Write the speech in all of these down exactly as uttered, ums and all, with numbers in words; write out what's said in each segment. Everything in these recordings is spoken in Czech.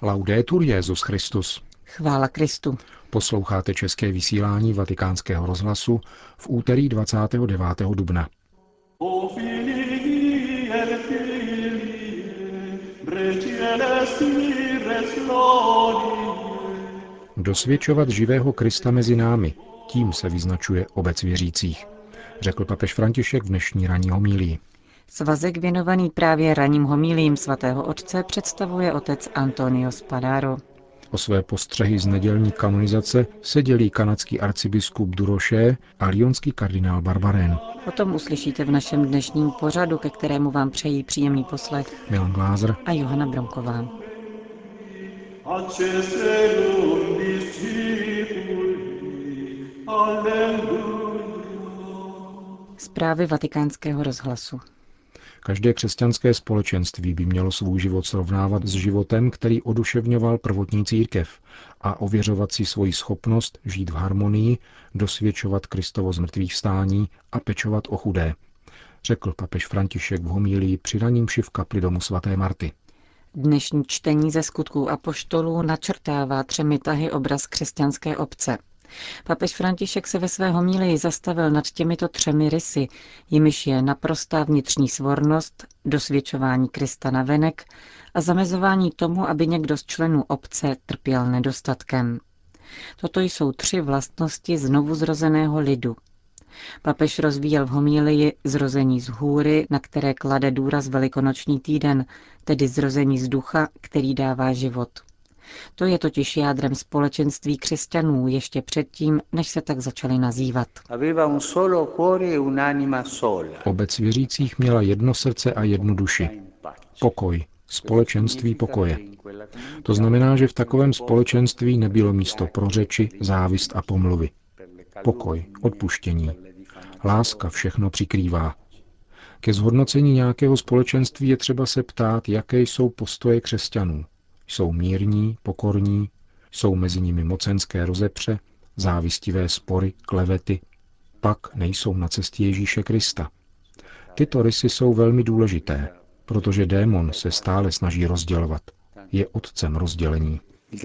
Laudetur Jesus Christus. Chvála Kristu. Posloucháte české vysílání Vatikánského rozhlasu v úterý dvacátého devátého dubna. Dosvědčovat živého Krista mezi námi, tím se vyznačuje obec věřících, řekl papež František v dnešní ranní homílii. Svazek věnovaný právě ranním homíliím svatého otce představuje otec Antonio Spadaro. O své postřehy z nedělní kanonizace se dělí kanadský arcibiskup Durocher a lyonský kardinál Barbarin. O tom uslyšíte v našem dnešním pořadu, ke kterému vám přejí příjemný poslech Milan Glázer a Johana Bronková. Zprávy Vatikánského rozhlasu. Každé křesťanské společenství by mělo svůj život srovnávat s životem, který oduševňoval prvotní církev, a ověřovat si svoji schopnost žít v harmonii, dosvědčovat Kristovo zmrtvýchvstání a pečovat o chudé, řekl papež František v homílii při raní mši v kapli domu svaté Marty. Dnešní čtení ze Skutků apoštolů načrtává třemi tahy obraz křesťanské obce. Papež František se ve své homílii zastavil nad těmito třemi rysy, jimiž je naprostá vnitřní svornost, dosvědčování Krista navenek a zamezování tomu, aby někdo z členů obce trpěl nedostatkem. Toto jsou tři vlastnosti znovuzrozeného lidu. Papež rozvíjel v homílii zrození z hůry, na které klade důraz velikonoční týden, tedy zrození z ducha, který dává život. To je totiž jádrem společenství křesťanů ještě předtím, než se tak začali nazývat. Obec věřících měla jedno srdce a jednu duši. Pokoj, společenství pokoje. To znamená, že v takovém společenství nebylo místo pro řeči, závist a pomluvy. Pokoj, odpuštění. Láska všechno přikrývá. Ke zhodnocení nějakého společenství je třeba se ptát, jaké jsou postoje křesťanů. Jsou mírní, pokorní, jsou mezi nimi mocenské rozepře, závistivé spory, klevety, pak nejsou na cestě Ježíše Krista. Tyto rysy jsou velmi důležité, protože démon se stále snaží rozdělovat. Je otcem rozdělení.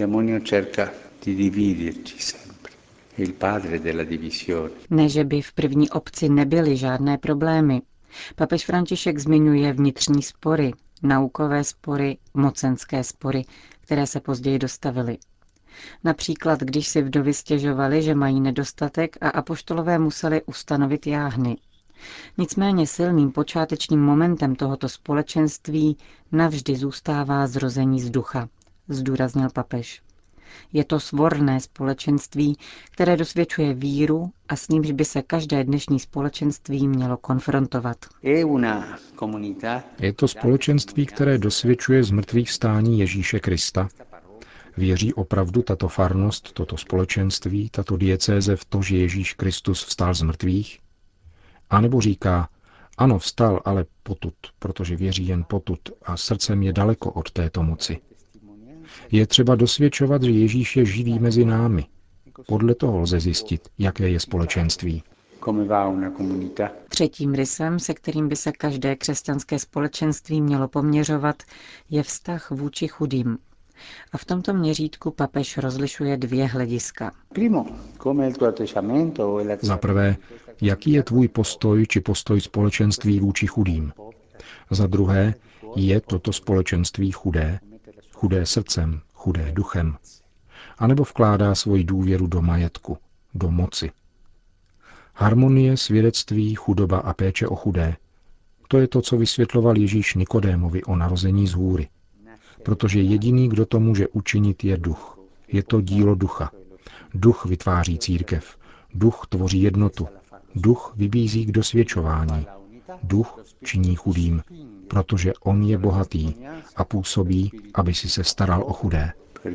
Ne, že by v první obci nebyly žádné problémy. Papež František zmiňuje vnitřní spory, naukové spory, mocenské spory, které se později dostavily. Například, když si vdovy stěžovaly, že mají nedostatek a apoštolové museli ustanovit jáhny. Nicméně silným počátečním momentem tohoto společenství navždy zůstává zrození z ducha, zdůraznil papež. Je to svorné společenství, které dosvědčuje víru a s nímž by se každé dnešní společenství mělo konfrontovat. Je to společenství, které dosvědčuje zmrtvýchvstání Ježíše Krista. Věří opravdu tato farnost, toto společenství, tato diecéze v to, že Ježíš Kristus vstal z mrtvých? A nebo říká, ano, vstal, ale potud, protože věří jen potud a srdcem je daleko od této moci. Je třeba dosvědčovat, že Ježíš je živý mezi námi. Podle toho lze zjistit, jaké je společenství. Třetím rysem, se kterým by se každé křesťanské společenství mělo poměřovat, je vztah vůči chudým. A v tomto měřítku papež rozlišuje dvě hlediska. Za prvé, jaký je tvůj postoj či postoj společenství vůči chudým? Za druhé, je toto společenství chudé? Chudé srdcem, chudé duchem? A nebo vkládá svoji důvěru do majetku, do moci? Harmonie, svědectví, chudoba a péče o chudé. To je to, co vysvětloval Ježíš Nikodémovi o narození z hůry. Protože jediný, kdo to může učinit, je duch. Je to dílo ducha. Duch vytváří církev. Duch tvoří jednotu. Duch vybízí k dosvědčování. Duch činí chudým, protože on je bohatý a působí, aby si se staral o chudé.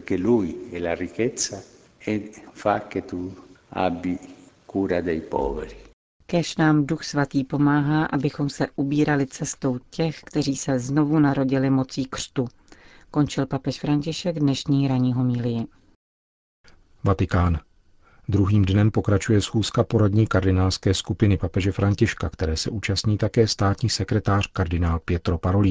Kéž nám Duch Svatý pomáhá, abychom se ubírali cestou těch, kteří se znovu narodili mocí křtu, končil papež František dnešní ranní homílii. Vatikán. Druhým dnem pokračuje schůzka poradní kardinálské skupiny papeže Františka, které se účastní také státní sekretář kardinál Pietro Parolin.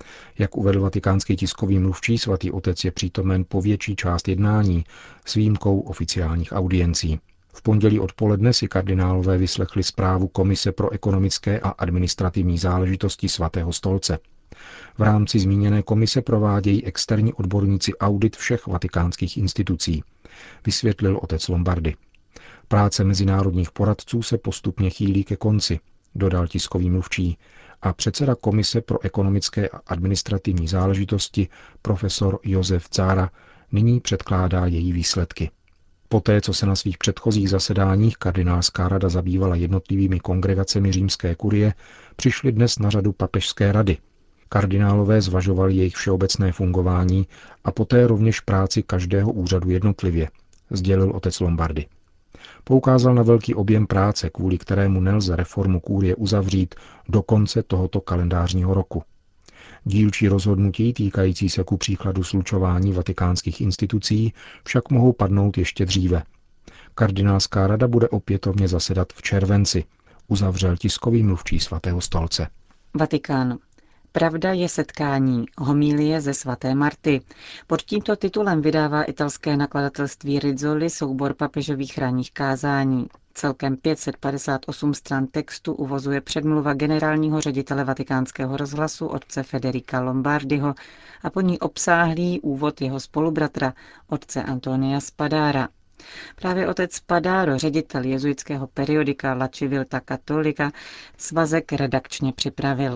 Jak uvedl vatikánský tiskový mluvčí, svatý otec je přítomen po větší část jednání s výjimkou oficiálních audiencí. V pondělí odpoledne si kardinálové vyslechli zprávu Komise pro ekonomické a administrativní záležitosti svatého stolce. V rámci zmíněné komise provádějí externí odborníci audit všech vatikánských institucí, vysvětlil otec Lombardy. Práce mezinárodních poradců se postupně chýlí ke konci, dodal tiskový mluvčí, a předseda Komise pro ekonomické a administrativní záležitosti profesor Josef Cára nyní předkládá její výsledky. Poté, co se na svých předchozích zasedáních kardinálská rada zabývala jednotlivými kongregacemi římské kurie, přišly dnes na řadu papežské rady. Kardinálové zvažovali jejich všeobecné fungování a poté rovněž práci každého úřadu jednotlivě, sdělil otec Lombardy. Poukázal na velký objem práce, kvůli kterému nelze reformu kúrie uzavřít do konce tohoto kalendářního roku. Dílčí rozhodnutí týkající se ku příkladu slučování vatikánských institucí však mohou padnout ještě dříve. Kardinálská rada bude opětovně zasedat v červenci, uzavřel tiskový mluvčí svatého stolce. Vatikán. Pravda je setkání. Homilie ze svaté Marty. Pod tímto titulem vydává italské nakladatelství Rizzoli soubor papežových ranních kázání. Celkem pět set padesát osm stran textu uvozuje předmluva generálního ředitele Vatikánského rozhlasu otce Federica Lombardiho a po ní obsáhlý úvod jeho spolubratra, otce Antonia Spadara. Právě otec Spadaro, ředitel jezuitského periodika La Civiltà Cattolica, svazek redakčně připravil.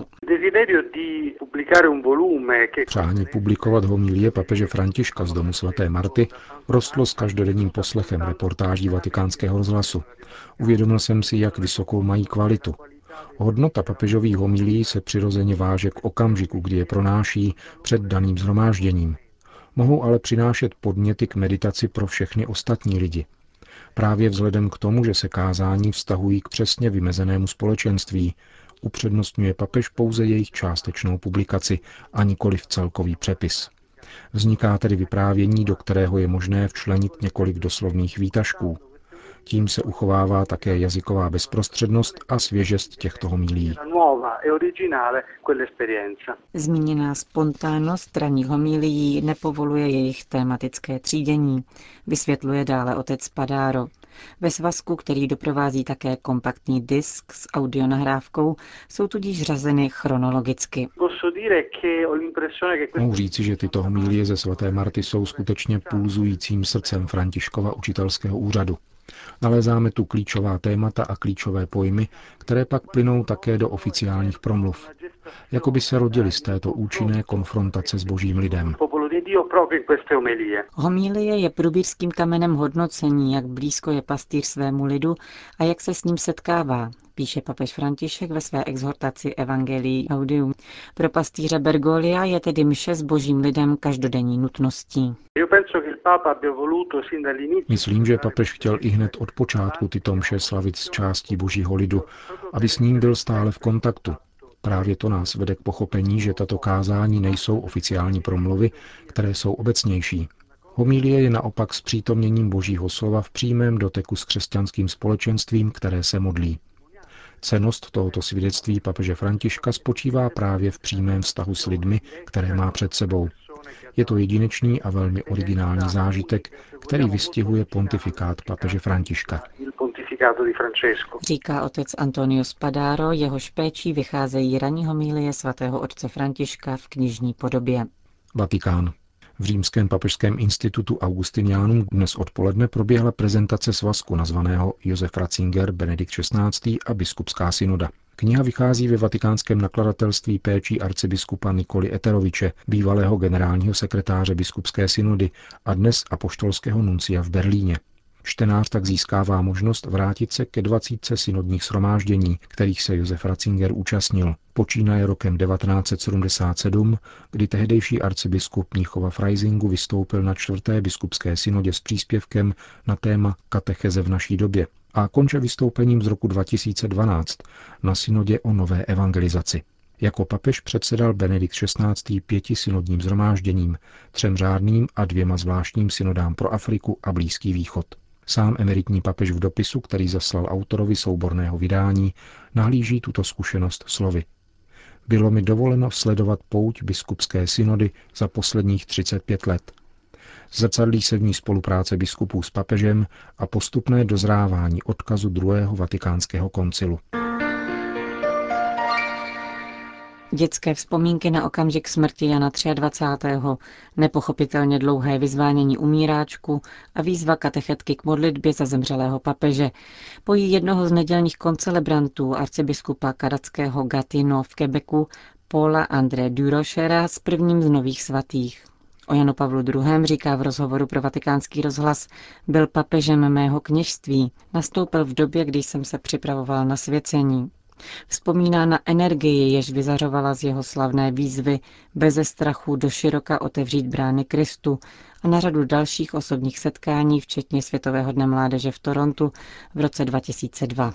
Přání publikovat homilie papeže Františka z domu svaté Marty rostlo s každodenním poslechem reportáží Vatikánského rozhlasu. Uvědomil jsem si, jak vysokou mají kvalitu. Hodnota papežových homilií se přirozeně váže k okamžiku, kdy je pronáší před daným shromážděním. Mohou ale přinášet podněty k meditaci pro všechny ostatní lidi. Právě vzhledem k tomu, že se kázání vztahují k přesně vymezenému společenství, upřednostňuje papež pouze jejich částečnou publikaci a nikoliv celkový přepis. Vzniká tedy vyprávění, do kterého je možné včlenit několik doslovných výtažků. Tím se uchovává také jazyková bezprostřednost a svěžest těchto homilií. Zmíněná spontánnost ranních homilií nepovoluje jejich tématické třídění, vysvětluje dále otec Spadaro. Ve svazku, který doprovází také kompaktní disk s audionahrávkou, jsou tudíž řazeny chronologicky. Mohu říci, že tyto homilie ze svaté Marty jsou skutečně pulzujícím srdcem Františkova učitelského úřadu. Nalézáme tu klíčová témata a klíčové pojmy, které pak plynou také do oficiálních promluv. Jakoby se rodili z této účinné konfrontace s božím lidem. Homilie je průbířským kamenem hodnocení, jak blízko je pastýř svému lidu a jak se s ním setkává, píše papež František ve své exhortaci Evangelii Gaudium. Pro pastýře Bergoglia je tedy mše s božím lidem každodenní nutností. Myslím, že papež chtěl i hned od počátku tyto mše slavit s částí božího lidu, aby s ním byl stále v kontaktu. Právě to nás vede k pochopení, že tato kázání nejsou oficiální promluvy, které jsou obecnější. Homilie je naopak zpřítomněním božího slova v přímém doteku s křesťanským společenstvím, které se modlí. Cennost tohoto svědectví papeže Františka spočívá právě v přímém vztahu s lidmi, které má před sebou. Je to jedinečný a velmi originální zážitek, který vystihuje pontifikát papeže Františka. Říká otec Antonio Spadaro, jehož péčí vycházejí ranní homilie svatého otce Františka v knižní podobě. Vatikán. V Římském papežském institutu Augustinianum dnes odpoledne proběhla prezentace svazku nazvaného Josef Ratzinger, Benedikt šestnáctý a biskupská synoda. Kniha vychází ve vatikánském nakladatelství péčí arcibiskupa Nikoli Eteroviče, bývalého generálního sekretáře biskupské synody a dnes apoštolského nuncia v Berlíně. Čtenář tak získává možnost vrátit se ke dvacítce synodních shromáždění, kterých se Josef Ratzinger účastnil. Počínaje rokem devatenáct set sedmdesát sedm, kdy tehdejší arcibiskup Mnichova Freisingu vystoupil na čtvrté biskupské synodě s příspěvkem na téma Katecheze v naší době a konče vystoupením z roku dva tisíce dvanáct na synodě o nové evangelizaci. Jako papež předsedal Benedikt šestnáctý pěti synodním shromážděním, třem řádným a dvěma zvláštním synodám pro Afriku a Blízký východ. Sám emeritní papež v dopisu, který zaslal autorovi souborného vydání, nahlíží tuto zkušenost slovy. Bylo mi dovoleno sledovat pouť biskupské synody za posledních třicet pět let. Zrcadlí se v ní spolupráce biskupů s papežem a postupné dozrávání odkazu druhého vatikánského koncilu. Dětské vzpomínky na okamžik smrti Jana dvacátého třetího nepochopitelně dlouhé vyzvánění umíráčku a výzva katechetky k modlitbě za zemřelého papeže pojí jednoho z nedělních koncelebrantů arcibiskupa kanadského Gatineau v Quebecu Paula André Durochera s prvním z nových svatých. O Janu Pavlu druhém. říká v rozhovoru pro Vatikánský rozhlas: byl papežem mého kněžství, nastoupil v době, kdy jsem se připravoval na svěcení. Vzpomíná na energii, jež vyzařovala z jeho slavné výzvy beze strachu doširoka otevřít brány Kristu a na řadu dalších osobních setkání, včetně Světového dne mládeže v Torontu v roce dva tisíce dva.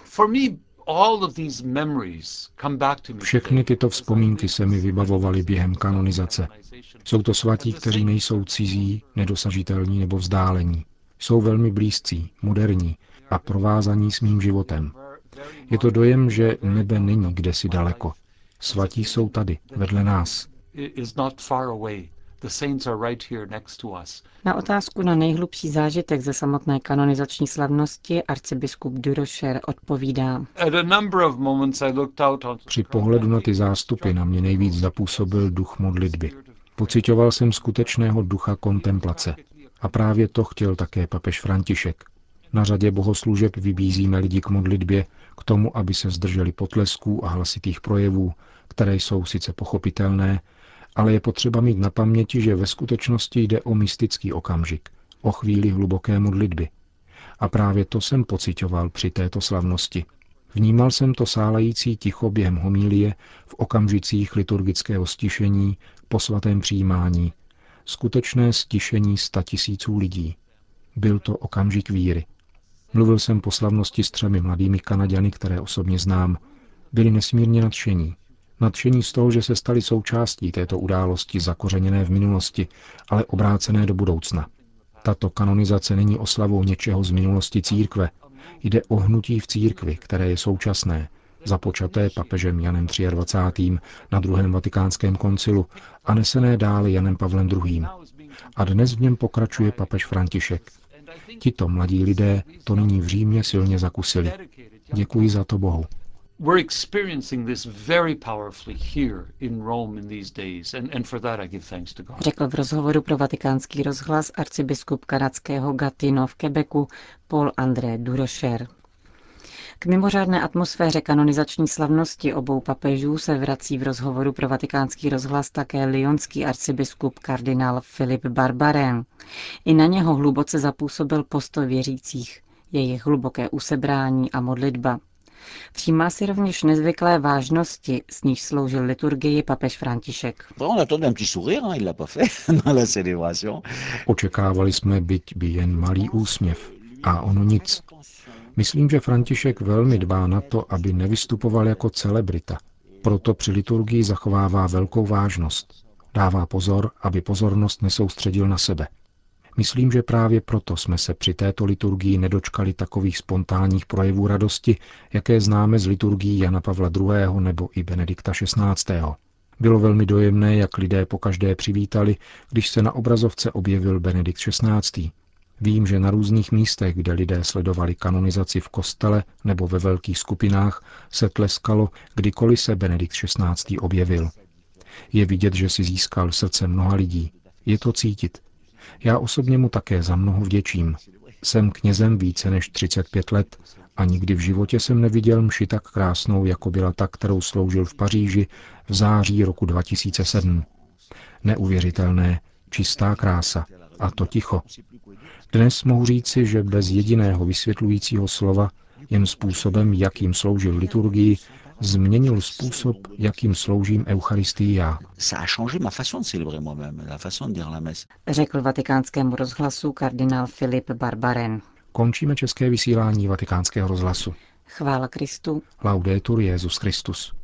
Všechny tyto vzpomínky se mi vybavovaly během kanonizace. Jsou to svatí, kteří nejsou cizí, nedosažitelní nebo vzdálení. Jsou velmi blízcí, moderní a provázaní s mým životem. Je to dojem, že nebe není kdesi daleko. Svatí jsou tady, vedle nás. Na otázku na nejhlubší zážitek ze samotné kanonizační slavnosti arcibiskup Durocher odpovídá: Při pohledu na ty zástupy na mě nejvíc zapůsobil duch modlitby. Pocitoval jsem skutečného ducha kontemplace. A právě to chtěl také papež František. Na řadě bohoslužeb vybízíme lidi k modlitbě, k tomu, aby se zdrželi potlesků a hlasitých projevů, které jsou sice pochopitelné, ale je potřeba mít na paměti, že ve skutečnosti jde o mystický okamžik, o chvíli hluboké modlitby. A právě to jsem pocitoval při této slavnosti. Vnímal jsem to sálající ticho během homilie v okamžicích liturgického stišení, po svatém přijímání, skutečné stišení statisíců lidí. Byl to okamžik víry. Mluvil jsem po slavnosti s třemi mladými Kanaďany, které osobně znám. Byli nesmírně nadšení. Nadšení z toho, že se stali součástí této události zakořeněné v minulosti, ale obrácené do budoucna. Tato kanonizace není oslavou něčeho z minulosti církve. Jde o hnutí v církvi, které je současné, započaté papežem Janem dvacátým třetím na druhém vatikánském koncilu a nesené dále Janem Pavlem druhým. A dnes v něm pokračuje papež František. Tito mladí lidé to nyní v Římě silně zakusili. Děkuji za to Bohu. Řekl v rozhovoru pro Vatikánský rozhlas arcibiskup kanadského Gatineau v Quebecu Paul André Durocher. K mimořádné atmosféře kanonizační slavnosti obou papežů se vrací v rozhovoru pro Vatikánský rozhlas také lyonský arcibiskup kardinál Philippe Barbarin. I na něho hluboce zapůsobil postoj věřících, jejich hluboké usebrání a modlitba. Všímá si rovněž nezvyklé vážnosti, s níž sloužil liturgii papež František. Očekávali jsme, byť by jen malý úsměv. A ono nic. Myslím, že František velmi dbá na to, aby nevystupoval jako celebrita. Proto při liturgii zachovává velkou vážnost. Dává pozor, aby pozornost nesoustředil na sebe. Myslím, že právě proto jsme se při této liturgii nedočkali takových spontánních projevů radosti, jaké známe z liturgií Jana Pavla druhého. Nebo i Benedikta šestnáctého. Bylo velmi dojemné, jak lidé pokaždé přivítali, když se na obrazovce objevil Benedikt šestnáctý. Vím, že na různých místech, kde lidé sledovali kanonizaci v kostele nebo ve velkých skupinách, se tleskalo, kdykoliv se Benedikt šestnáctý objevil. Je vidět, že si získal srdce mnoha lidí. Je to cítit. Já osobně mu také za mnoho vděčím. Jsem knězem více než třicet pět let a nikdy v životě jsem neviděl mši tak krásnou, jako byla ta, kterou sloužil v Paříži v září roku dva tisíce sedm. Neuvěřitelné, čistá krása. A to ticho. Dnes mohu říci, že bez jediného vysvětlujícího slova, jen způsobem, jakým sloužil liturgii, změnil způsob, jakým sloužím Eucharistii já. Řekl Vatikánskému rozhlasu kardinál Philippe Barbarin. Končíme české vysílání Vatikánského rozhlasu. Chvála Kristu. Laudetur Jesus Christus.